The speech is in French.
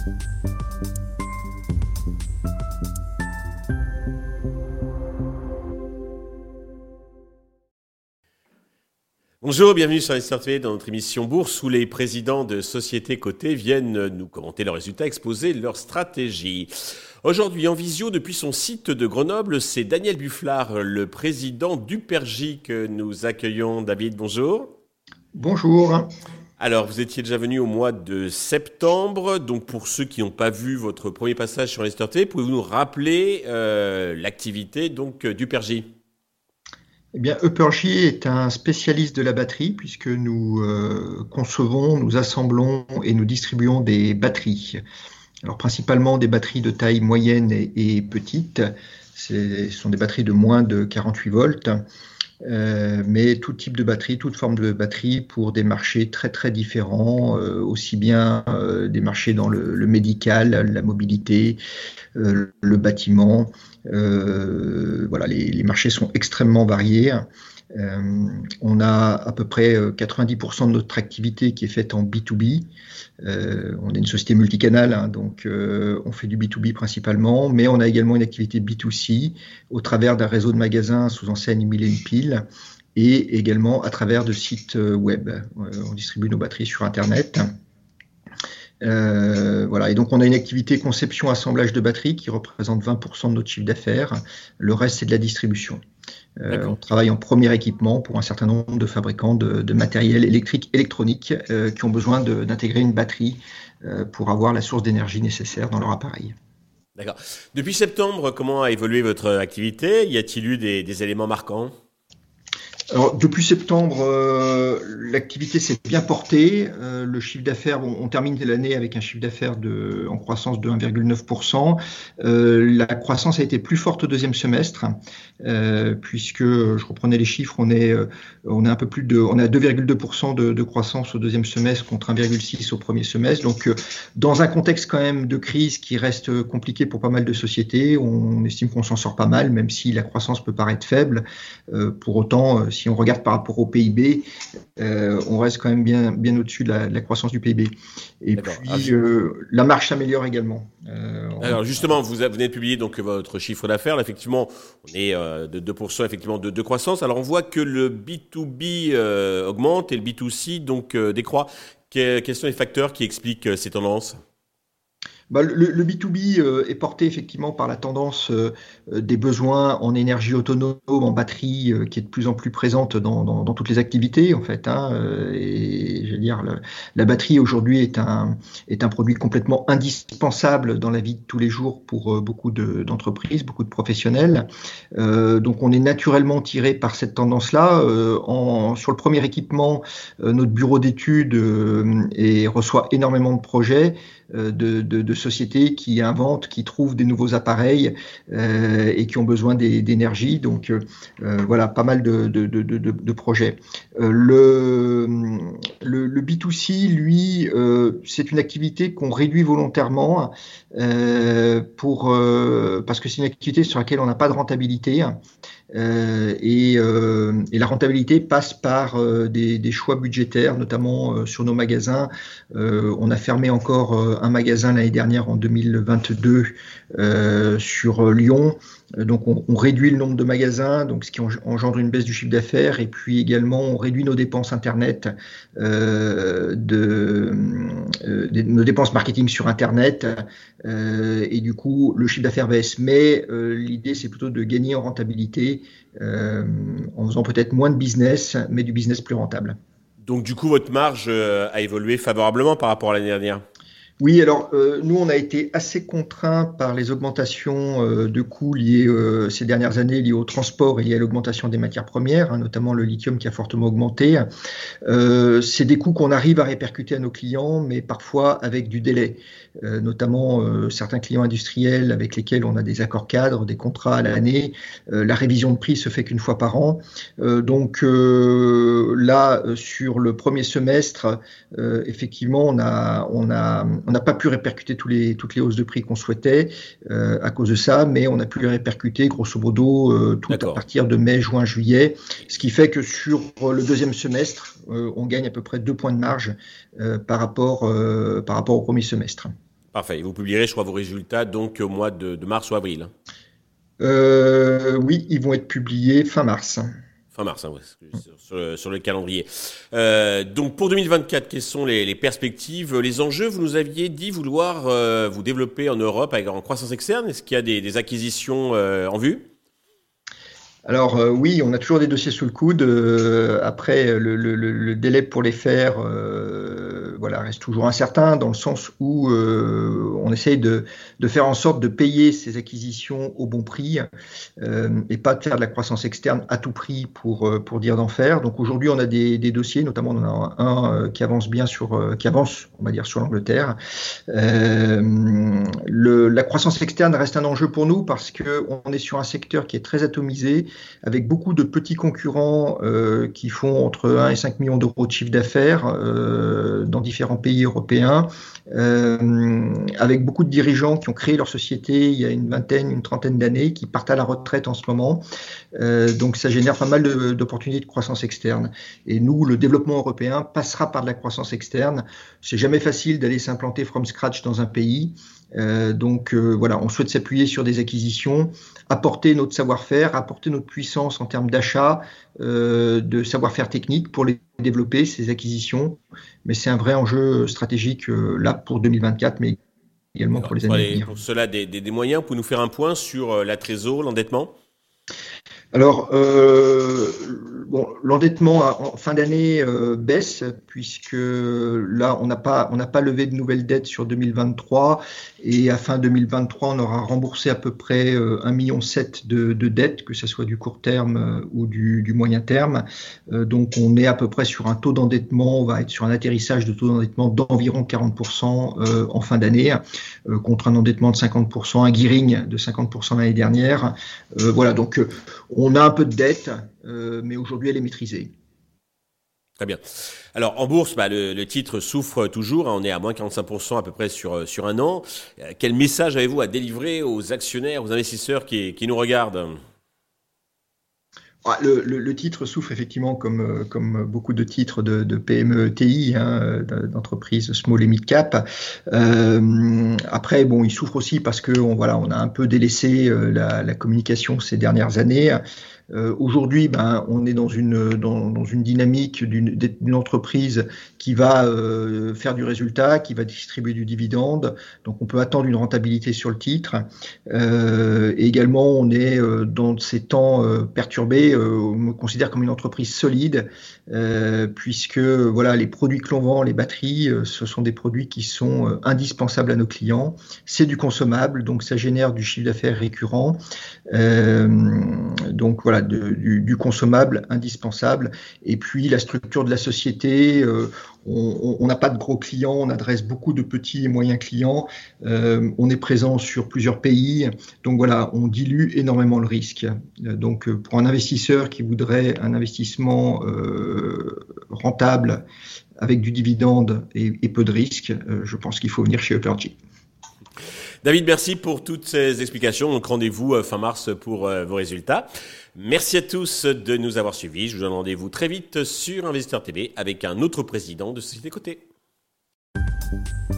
Bonjour, bienvenue sur Investir TV dans notre émission Bourse où les présidents de sociétés cotées viennent nous commenter leurs résultats, exposer leur stratégie. Aujourd'hui en visio depuis son site de Grenoble, c'est Daniel Bufflard, le président d'Upergy que nous accueillons. David, bonjour. Bonjour. Alors, vous étiez déjà venu au mois de septembre. Donc, pour ceux qui n'ont pas vu votre premier passage sur Investir TV, pouvez-vous nous rappeler l'activité d'Upergy ? Eh bien, Upergy est un spécialiste de la batterie puisque nous concevons, nous assemblons et nous distribuons des batteries. Alors, principalement des batteries de taille moyenne et petite. Ce sont des batteries de moins de 48 volts. Mais tout type de batterie, toute forme de batterie pour des marchés très très différents, aussi bien des marchés dans le médical, la mobilité, le bâtiment. Voilà, les marchés sont extrêmement variés. On a à peu près 90% de notre activité qui est faite en B2B. On est une société multicanale, hein, donc on fait du B2B principalement, mais on a également une activité B2C au travers d'un réseau de magasins sous enseigne Mille et une piles et également à travers de sites web. On distribue nos batteries sur Internet. Voilà, et donc on a une activité conception assemblage de batteries qui représente 20% de notre chiffre d'affaires. Le reste, c'est de la distribution. On travaille en premier équipement pour un certain nombre de fabricants de matériel électrique, électronique qui ont besoin d'intégrer une batterie pour avoir la source d'énergie nécessaire dans leur appareil. D'accord. Depuis septembre, comment a évolué votre activité ? Y a-t-il eu des éléments marquants ? Alors, depuis septembre, l'activité s'est bien portée. Le chiffre d'affaires, on termine l'année avec un chiffre d'affaires en croissance de 1,9%. La croissance a été plus forte au deuxième semestre, puisque, je reprenais les chiffres, on est un peu on est à 2,2% de croissance au deuxième semestre contre 1,6% au premier semestre. Donc, dans un contexte quand même de crise qui reste compliqué pour pas mal de sociétés, on estime qu'on s'en sort pas mal, même si la croissance peut paraître faible. Pour autant, si on regarde par rapport au PIB, on reste quand même bien au-dessus de la croissance du PIB. Et D'accord. puis, la marge s'améliore également. Alors justement, vous venez de publier donc votre chiffre d'affaires. Là, effectivement, on est de 2% effectivement de croissance. Alors on voit que le B2B augmente et le B2C donc décroît. Quels sont les facteurs qui expliquent ces tendances ? Le B2B est porté effectivement par la tendance des besoins en énergie autonome, en batterie, qui est de plus en plus présente dans toutes les activités en fait. Et je veux dire, la batterie aujourd'hui est un produit complètement indispensable dans la vie de tous les jours pour beaucoup d'entreprises, beaucoup de professionnels. Donc on est naturellement tiré par cette tendance-là. Sur le premier équipement, notre bureau d'études reçoit énormément de projets de sociétés qui inventent, qui trouvent des nouveaux appareils et qui ont besoin d'énergie. Donc voilà, pas mal de projets. Le B2C, lui, c'est une activité qu'on réduit volontairement parce que c'est une activité sur laquelle on n'a pas de rentabilité. Et la rentabilité passe par des choix budgétaires, notamment sur nos magasins. On a fermé encore un magasin l'année dernière en 2022 sur Lyon. Donc on réduit le nombre de magasins, donc ce qui engendre une baisse du chiffre d'affaires, et puis également on réduit nos dépenses internet, nos dépenses marketing sur internet, et du coup le chiffre d'affaires baisse. Mais l'idée c'est plutôt de gagner en rentabilité en faisant peut-être moins de business, mais du business plus rentable. Donc du coup votre marge a évolué favorablement par rapport à l'année dernière ? Oui, alors nous on a été assez contraints par les augmentations de coûts liées ces dernières années liées au transport et liées à l'augmentation des matières premières, notamment le lithium qui a fortement augmenté. C'est des coûts qu'on arrive à répercuter à nos clients, mais parfois avec du délai, notamment certains clients industriels avec lesquels on a des accords cadres, des contrats à l'année. La révision de prix se fait qu'une fois par an. Donc là, sur le premier semestre, effectivement, on n'a pas pu répercuter toutes les hausses de prix qu'on souhaitait à cause de ça, mais on a pu les répercuter grosso modo tout à partir de mai, juin, juillet, ce qui fait que sur le deuxième semestre, on gagne à peu près 2 points de marge par rapport au premier semestre. Parfait. Vous publierez, je crois, vos résultats donc au mois de mars ou avril. Oui, ils vont être publiés fin mars. Fin mars, ouais, sur le calendrier. Donc pour 2024, quelles sont les perspectives, les enjeux? Vous nous aviez dit vouloir vous développer en Europe en croissance externe. Est-ce qu'il y a des acquisitions en vue? Alors oui, on a toujours des dossiers sous le coude. Après, le délai pour les faire reste toujours incertain dans le sens où on essaye de faire en sorte de payer ces acquisitions au bon prix et pas de faire de la croissance externe à tout prix pour dire d'en faire. Donc aujourd'hui, on a des dossiers, notamment on en a un qui avance bien on va dire, sur l'Angleterre. La croissance externe reste un enjeu pour nous parce que on est sur un secteur qui est très atomisé, avec beaucoup de petits concurrents qui font entre 1 et 5 millions d'euros de chiffre d'affaires dans différents pays européens, avec beaucoup de dirigeants qui ont créé leur société il y a une trentaine d'années, qui partent à la retraite en ce moment. Donc ça génère pas mal d'opportunités de croissance externe. Et nous, le développement européen passera par de la croissance externe. C'est jamais facile d'aller s'implanter from scratch dans un pays. On souhaite s'appuyer sur des acquisitions, apporter notre savoir-faire, apporter notre puissance en termes d'achat, de savoir-faire technique pour les développer, ces acquisitions. Mais c'est un vrai enjeu stratégique là pour 2024, mais également pour les années à venir. Pour cela, des moyens, vous pouvez nous faire un point sur la trésor, l'endettement? Alors, l'endettement en fin d'année baisse puisque là, on n'a pas levé de nouvelles dettes sur 2023 et à fin 2023, on aura remboursé à peu près 1,7 million de dettes, que ce soit du court terme ou du moyen terme. Donc, on est à peu près sur un taux d'endettement, on va être sur un atterrissage de taux d'endettement d'environ 40% en fin d'année, contre un endettement de 50%, un gearing de 50% l'année dernière. Donc on a un peu de dette, mais aujourd'hui elle est maîtrisée. Très bien. Alors en bourse, le titre souffre toujours, on est à moins 45% à peu près sur un an. Quel message avez-vous à délivrer aux actionnaires, aux investisseurs qui nous regardent? Le titre souffre effectivement comme beaucoup de titres de PME TI, d'entreprises small et mid cap. Après, il souffre aussi parce que on a un peu délaissé la communication ces dernières années. Aujourd'hui, on est dans une dynamique d'une entreprise qui va faire du résultat, qui va distribuer du dividende. Donc, on peut attendre une rentabilité sur le titre. Et également, on est dans ces temps perturbés. On me considère comme une entreprise solide, puisque les produits que l'on vend, les batteries, ce sont des produits qui sont indispensables à nos clients. C'est du consommable, donc ça génère du chiffre d'affaires récurrent. Du consommable indispensable. Et puis la structure de la société, on n'a pas de gros clients, on adresse beaucoup de petits et moyens clients, on est présent sur plusieurs pays, donc on dilue énormément le risque. Donc pour un investisseur qui voudrait un investissement rentable avec du dividende et peu de risque, je pense qu'il faut venir chez Uppergy. David, merci pour toutes ces explications. Donc rendez-vous fin mars pour vos résultats. Merci à tous de nous avoir suivis. Je vous donne rendez-vous très vite sur Investisseur TV avec un autre président de Société Cotée.